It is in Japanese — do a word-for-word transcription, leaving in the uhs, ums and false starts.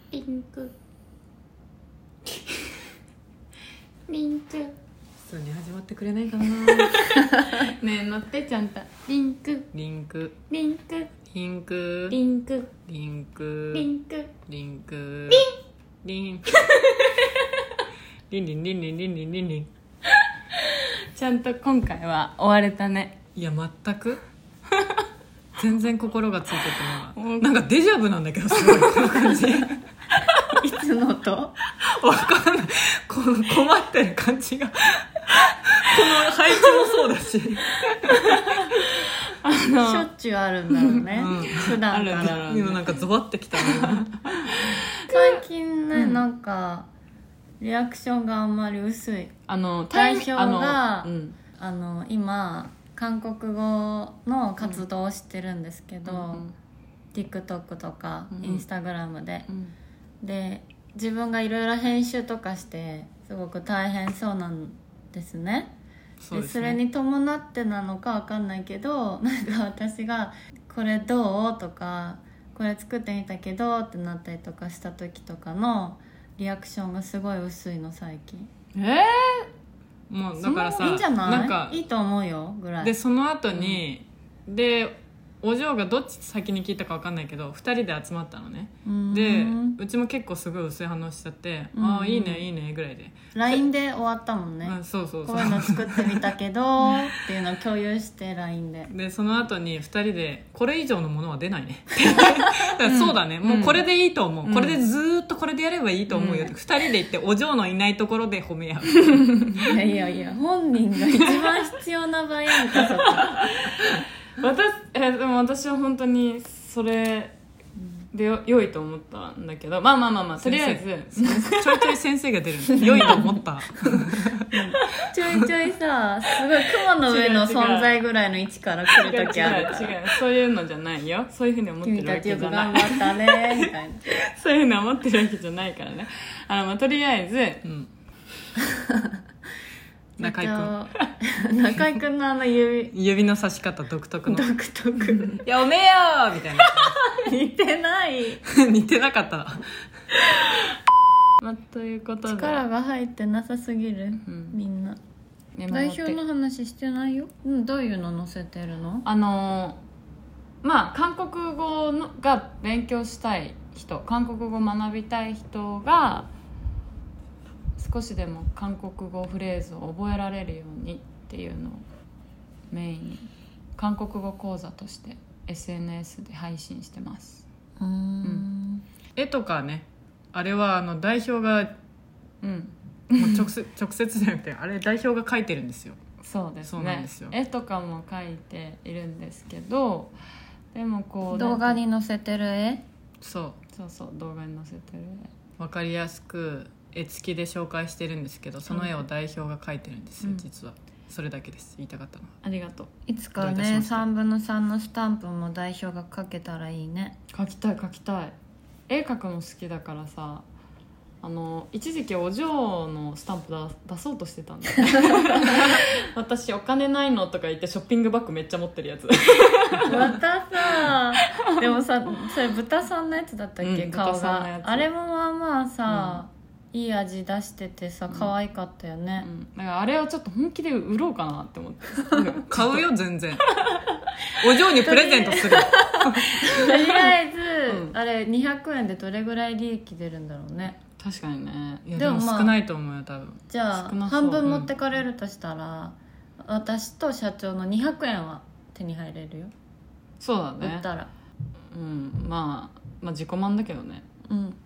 リンクリンク普通に始まってくれないかなねえ乗ってちゃんとリンクリンクリンクリンクリンクリンクリンクリンクリンリンリンリンリンリンリンリンリンちゃんと今回は終われたね。 いや全く全然心がついててないなんかデジャブなんだけどすごいこの感じいつのとわかんないこの困ってる感じがこの配置もそうだしあのしょっちゅうあるんだろうね、 うん、 普段からあるんだ今なんかゾワってきた最近ね、 うん、 なんかリアクションがあんまり薄い。 あの代表があの、うん、 あの今韓国語の活動をしてるんですけど、うんうん、TikTok とか、うん、Instagram で、うん、で自分がいろいろ編集とかしてすごく大変そうなんですね。 そうですね。 でそれに伴ってなのかわかんないけど、なんか私がこれどうとかこれ作ってみたけどってなったりとかした時とかのリアクションがすごい薄いの最近。 えー、もうだからさいいんじゃない？ なんかいいと思うよぐらい。 でその後に、うん、でお嬢がどっち先に聞いたか分かんないけどふたりで集まったのね。でうちも結構すごい薄い反応しちゃって、うん、ああいいねいいねぐらいでライン で終わったもんね、 うん、そうそうそう、 こういうの作ってみたけどっていうのを共有して ライン ででその後にふたりでこれ以上のものは出ないねだからそうだね、うん、もうこれでいいと思う、うん、これでずっとこれでやればいいと思うよって、うん、ふたりで行ってお嬢のいないところで褒め合ういやいやいや本人が一番必要な場合やんかそこ私えでも私は本当にそれでよ良いと思ったんだけど、まあまあまあまあとりあえずちょいちょい先生が出る良いと思ったちょいちょいさすごい雲の上の存在ぐらいの位置から来る時あるから。違う違う違うそういうのじゃないよ。そういうふうに思ってるわけじゃない。君たちよく頑張ったねみたいなそういうふうに思ってるわけじゃないからね。あの、まあ、とりあえず、うん、中居君中居君のあの指指の差し方独特の独特やめよーみたいな似てない似てなかったまあ、ということで力が入ってなさすぎる、うん、みんな代表の話してないよ、うん、どういうの載せてるの？あのー、まあ韓国語のが勉強したい人韓国語学びたい人が少しでも韓国語フレーズを覚えられるようにっていうのをメインに韓国語講座として エスエヌエス で配信してます。うーん、うん、絵とかねあれはあの代表が、うん、もう直接直接じゃなくてあれ代表が描いてるんですよ。そうですね。そうなんですよ。絵とかも描いているんですけどでもこう動画に載せてる絵そうそうそう動画に載せてる絵分かりやすく絵付きで紹介してるんですけどその絵を代表が描いてるんですよ、うん、実はそれだけです言いたかったのは。ありがとう。いつかねさんぶんのさんのスタンプも代表が描けたらいいね。描きたい描きたい。絵描くの好きだからさあの一時期お嬢のスタンプ出そうとしてたんだよね私お金ないのとか言ってショッピングバッグめっちゃ持ってるやつまたさでもさそれ豚さんのやつだったっけ、うん、顔があれもまあまあさ、うん、いい味出しててさ可愛かったよね、うん、だからあれをちょっと本気で売ろうかなって思って買うよ全然お嬢にプレゼントするとりあえず、うん、あれにひゃくえんでどれぐらい利益出るんだろうね。確かにね。いやでも、まあ、少ないと思うよ多分。じゃあ半分持ってかれるとしたら、うん、私と社長のにひゃくえんは手に入れるよ。そうだね売ったら、うん、まあ、まあ自己満だけどね。うん